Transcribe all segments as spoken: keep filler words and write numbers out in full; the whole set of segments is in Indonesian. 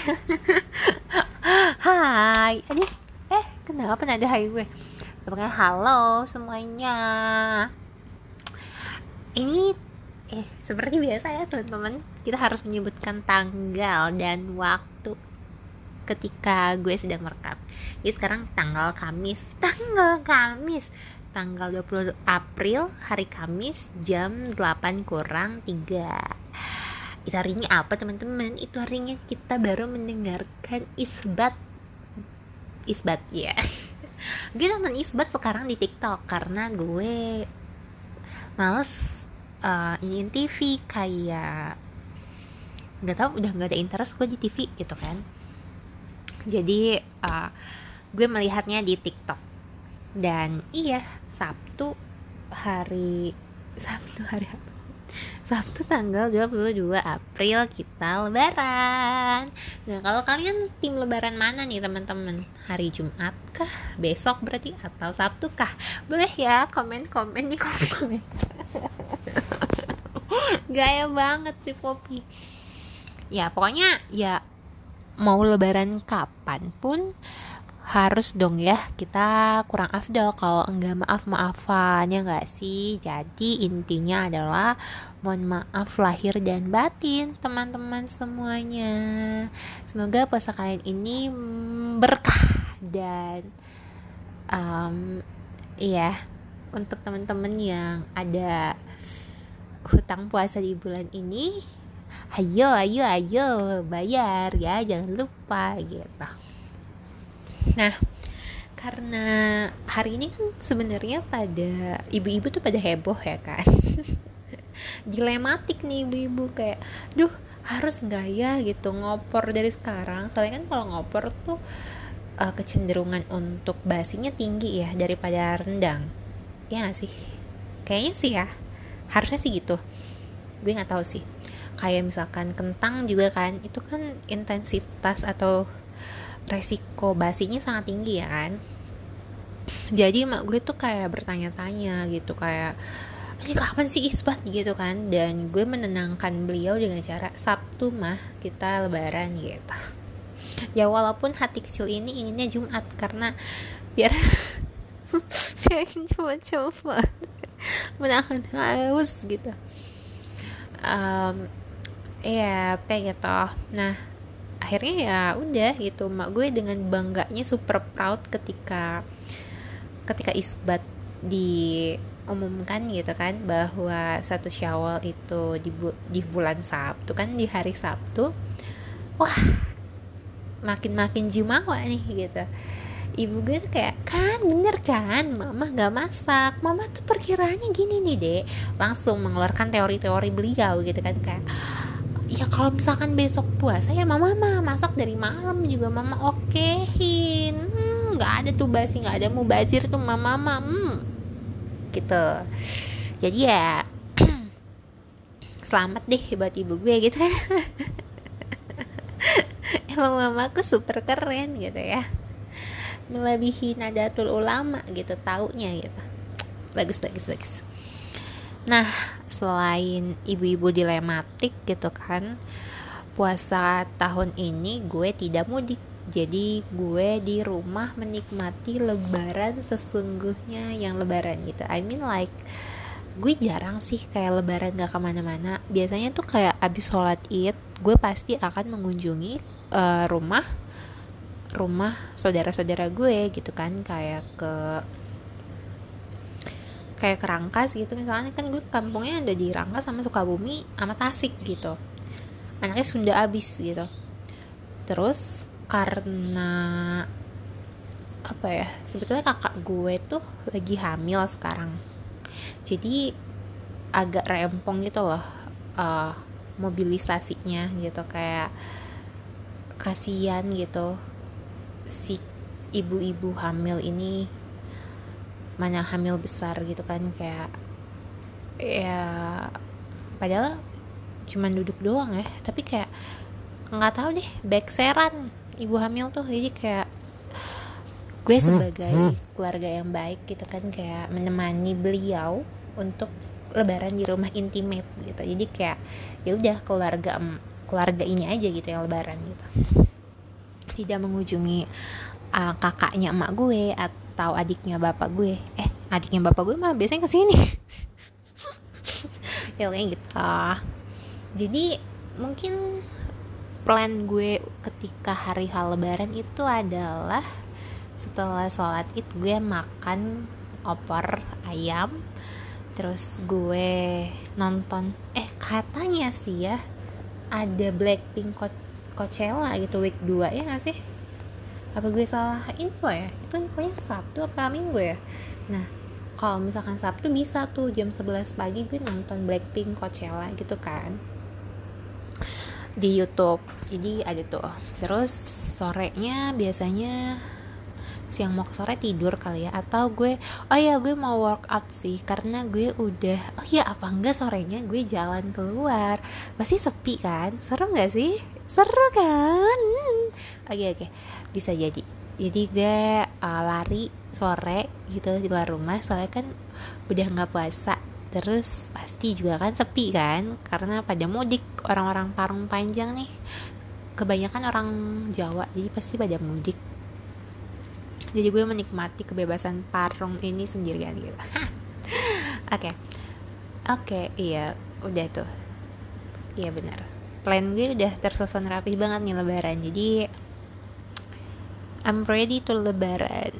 Hai, aduh, eh kenapa nada hai gue? Pokoknya halo semuanya. Ini eh seperti biasa ya teman-teman, kita harus menyebutkan tanggal dan waktu ketika gue sedang merekam. Jadi sekarang tanggal Kamis, tanggal Kamis, tanggal dua puluh April, hari Kamis, jam delapan kurang tiga. Itu harinya apa teman-teman? Itu harinya kita baru mendengarkan isbat isbat ya. Yeah. Gue nonton isbat sekarang di TikTok karena gue males uh, iniin T V, kayak nggak tahu, udah nggak ada interest gue di T V gitu kan. Jadi uh, gue melihatnya di TikTok. Dan iya, Sabtu hari Sabtu hari apa? Sabtu tanggal dua puluh dua April kita lebaran. Nah, kalau kalian tim lebaran mana nih teman-teman? Hari Jumat kah? Besok berarti, atau Sabtu kah? Boleh ya komen-komen di kolom komentar. Gaya banget sih Poppy. Ya pokoknya ya mau lebaran kapan pun harus dong ya kita kurang afdal kalau enggak maaf-maafan, ya enggak sih? Jadi intinya adalah mohon maaf lahir dan batin teman-teman semuanya. Semoga puasa kalian ini berkah dan um, iya, untuk teman-teman yang ada hutang puasa di bulan ini, ayo ayo ayo bayar ya, jangan lupa gitu. Nah, karena hari ini kan sebenarnya pada ibu-ibu tuh pada heboh ya kan. Dilematik nih ibu-ibu, kayak duh harus nggak ya gitu ngopor dari sekarang. Soalnya kan kalau ngopor tuh uh, kecenderungan untuk basinya tinggi ya daripada rendang. Ya gak sih? Kayaknya sih ya, harusnya sih gitu. Gue nggak tahu sih. Kayak misalkan kentang juga kan, itu kan intensitas atau resiko basinya sangat tinggi ya kan. Jadi mak gue tuh kayak bertanya-tanya gitu, kayak ini kapan sih isbat gitu kan. Dan gue menenangkan beliau dengan cara Sabtu mah kita lebaran gitu. Ya walaupun hati kecil ini inginnya Jumat, karena biar biar coba-coba menahan haus gitu. um, ya kayak gitu. Nah akhirnya ya udah gitu, mak gue dengan bangganya super proud ketika ketika isbat diumumkan gitu kan, bahwa satu Syawal itu di, bu, di bulan Sabtu kan, di hari Sabtu. Wah, makin-makin jumawa nih gitu. Ibu gue tuh kayak, kan bener kan, mama gak masak, mama tuh perkiraannya gini nih dek, langsung mengeluarkan teori-teori beliau gitu kan, kayak ya kalau misalkan besok puasa ya mama mah masak dari malam juga mama okein, hmm, nggak ada tuh basi, nggak ada mau bazir tuh mama mama hmm, gitu. Jadi ya selamat deh buat ibu gue gitu kan. Emang mamaku super keren gitu ya, melebihi Nadatul Ulama gitu taunya gitu. Bagus bagus bagus. Nah, selain ibu-ibu dilematik gitu kan, puasa tahun ini gue tidak mudik. Jadi gue di rumah menikmati lebaran sesungguhnya yang lebaran gitu. I mean like, gue jarang sih kayak lebaran gak kemana-mana. Biasanya tuh kayak abis sholat id, gue pasti akan mengunjungi uh, rumah rumah saudara-saudara gue gitu kan, kayak ke kayak ke Rangkas gitu misalnya kan, gue kampungnya ada di Rangkas sama Sukabumi sama Tasik gitu, anaknya Sunda abis gitu. Terus karena apa ya, sebetulnya kakak gue tuh lagi hamil sekarang, jadi agak rempong gitu loh uh, mobilisasinya gitu, kayak kasihan gitu si ibu-ibu hamil ini, mana hamil besar gitu kan, kayak ya padahal cuman duduk doang ya, tapi kayak nggak tahu deh backseran ibu hamil tuh. Jadi kayak gue sebagai keluarga yang baik gitu kan, kayak menemani beliau untuk lebaran di rumah intimate gitu. Jadi kayak ya udah keluarga keluarga ini aja gitu yang lebaran gitu. tidak mengunjungi uh, kakaknya emak gue atau adiknya bapak gue. Eh, adiknya bapak gue mah biasanya kesini. Ya kayak gitu. Jadi mungkin plan gue ketika hari H Lebaran itu adalah setelah sholat id gue makan opor ayam, terus gue nonton eh katanya sih ya ada Blackpink Coachella gitu week dua, ya gak sih? Apa gue salah info ya? Itu infonya Sabtu apa Minggu ya? Nah, kalau misalkan Sabtu bisa tuh jam sebelas pagi gue nonton Blackpink Coachella gitu kan di YouTube. Jadi ada tuh. Terus sorenya biasanya siang mau ke sore tidur kali ya, atau gue oh ya gue mau workout sih karena gue udah oh ya apa enggak sorenya gue jalan keluar, pasti sepi kan, seru nggak sih? Seru kan? Oke oke bisa jadi jadi gue uh, lari sore gitu di luar rumah, soalnya kan udah nggak puasa, terus pasti juga kan sepi kan karena pada mudik, orang-orang Parung Panjang nih kebanyakan orang Jawa, jadi pasti pada mudik. Jadi gue menikmati kebebasan Parung ini sendirian gitu. Oke, oke, iya, udah tuh, iya benar. Plan gue udah tersusun rapi banget nih Lebaran. Jadi I'm ready to Lebaran.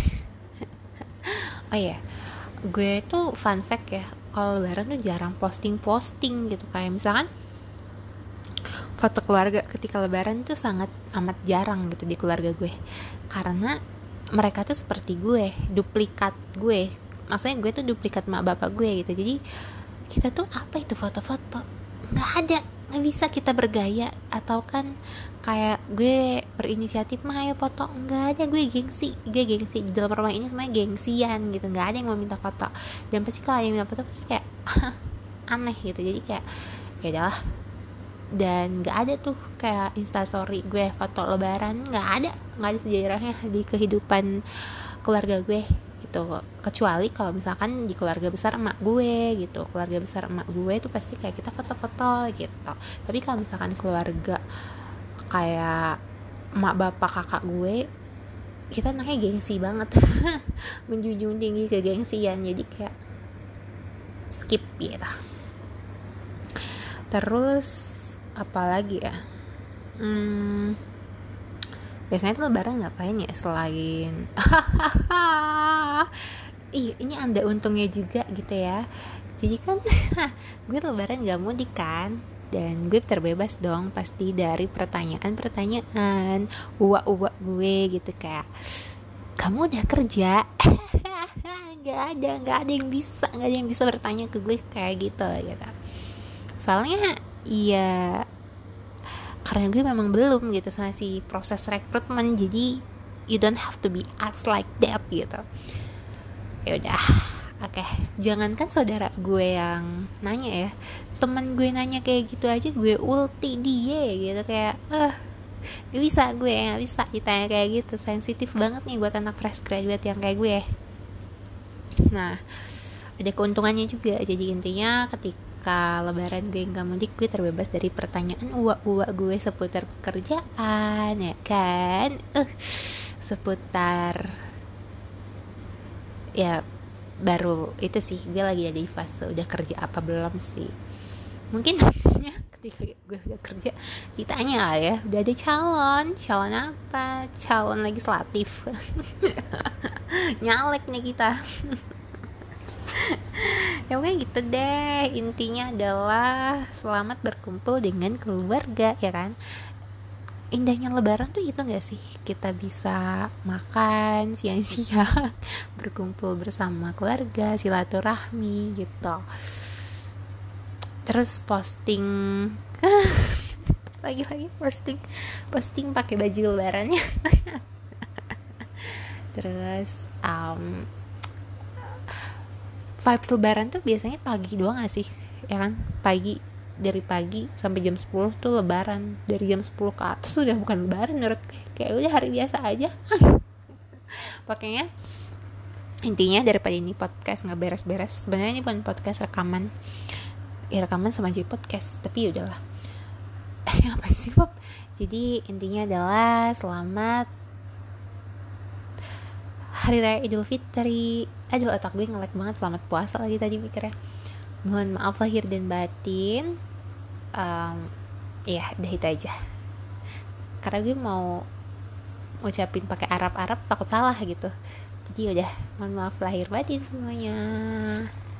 Oh iya, gue tuh fun fact ya, kalau Lebaran tuh jarang posting-posting gitu. Kayak misalkan foto keluarga ketika Lebaran tuh sangat amat jarang gitu di keluarga gue, karena mereka tuh seperti gue, duplikat gue. Maksudnya gue tuh duplikat mak bapak gue gitu. Jadi kita tuh apa itu foto-foto? Nggak ada, nggak bisa kita bergaya. Atau kan kayak gue berinisiatif, mah ayo foto. Nggak ada, gue gengsi. Gue gengsi, di dalam rumah ini semuanya gengsian gitu. Nggak ada yang mau minta foto. Dan pasti kalau ada yang minta foto pasti kayak aneh gitu. Jadi kayak ya udahlah. Dan nggak ada tuh kayak instastory gue foto Lebaran, nggak ada, nggak ada sejarahnya di kehidupan keluarga gue gitu. Kecuali kalau misalkan di keluarga besar emak gue gitu, keluarga besar emak gue tuh pasti kayak kita foto-foto gitu. Tapi kalau misalkan keluarga kayak emak bapak kakak gue, kita anaknya gengsi banget. Menjunjung tinggi kegengsian, jadi kayak skip gitu. Terus apalagi ya, hmm, biasanya tuh Lebaran ngapain ya selain ih ini ada untungnya juga gitu ya. Jadi kan gue Lebaran gak mudik kan, dan gue terbebas dong pasti dari pertanyaan-pertanyaan uwa-uwa gue gitu, kayak kamu udah kerja? Gak ada, gak ada yang bisa, gak ada yang bisa bertanya ke gue kayak gitu gitu. Soalnya iya, karena gue memang belum gitu sama si proses rekrutmen, jadi you don't have to be asked like that gitu. Ya udah, oke. Okay. Jangankan saudara gue yang nanya ya, teman gue nanya kayak gitu aja gue ulti dia gitu, kayak ah uh, gak bisa, gue gak bisa ditanya kayak gitu, sensitif banget nih buat anak fresh graduate yang kayak gue. Nah, ada keuntungannya juga. Jadi intinya ketika Lebaran gue nggak mudik, gue terbebas dari pertanyaan uak-uak gue seputar pekerjaan, ya kan? Uh, seputar ya baru itu sih, gue lagi ada di fase udah kerja apa belum sih. Mungkin nantinya ketika gue udah kerja ditanya lah ya, udah ada calon, calon apa? Calon legislatif. Nyalek nih kita. Ya pokoknya gitu deh, intinya adalah selamat berkumpul dengan keluarga, ya kan? Indahnya Lebaran tuh itu gak sih? Kita bisa makan siang-siang, berkumpul bersama keluarga, silaturahmi gitu. Terus posting lagi-lagi posting posting pakai baju Lebarannya. Terus um, vibes Lebaran tuh biasanya pagi doang gak sih? Ya kan? Pagi, dari pagi sampai jam sepuluh tuh Lebaran. Dari jam sepuluh ke atas udah bukan Lebaran menurut gue. Kayak udah hari biasa aja. Pokoknya intinya daripada ini podcast gak beres-beres. Sebenarnya ini bukan podcast, rekaman. Ya rekaman sama jadi podcast, tapi yaudahlah. eh apa sih Bob? Jadi intinya adalah selamat Hari Raya Idul Fitri. Aduh, otak gue ngelag banget, selamat puasa lagi tadi mikirnya. Mohon maaf lahir dan batin. Um, ya, udah itu aja. Karena gue mau ngucapin pakai Arab-Arab takut salah gitu. Jadi udah, mohon maaf lahir batin semuanya.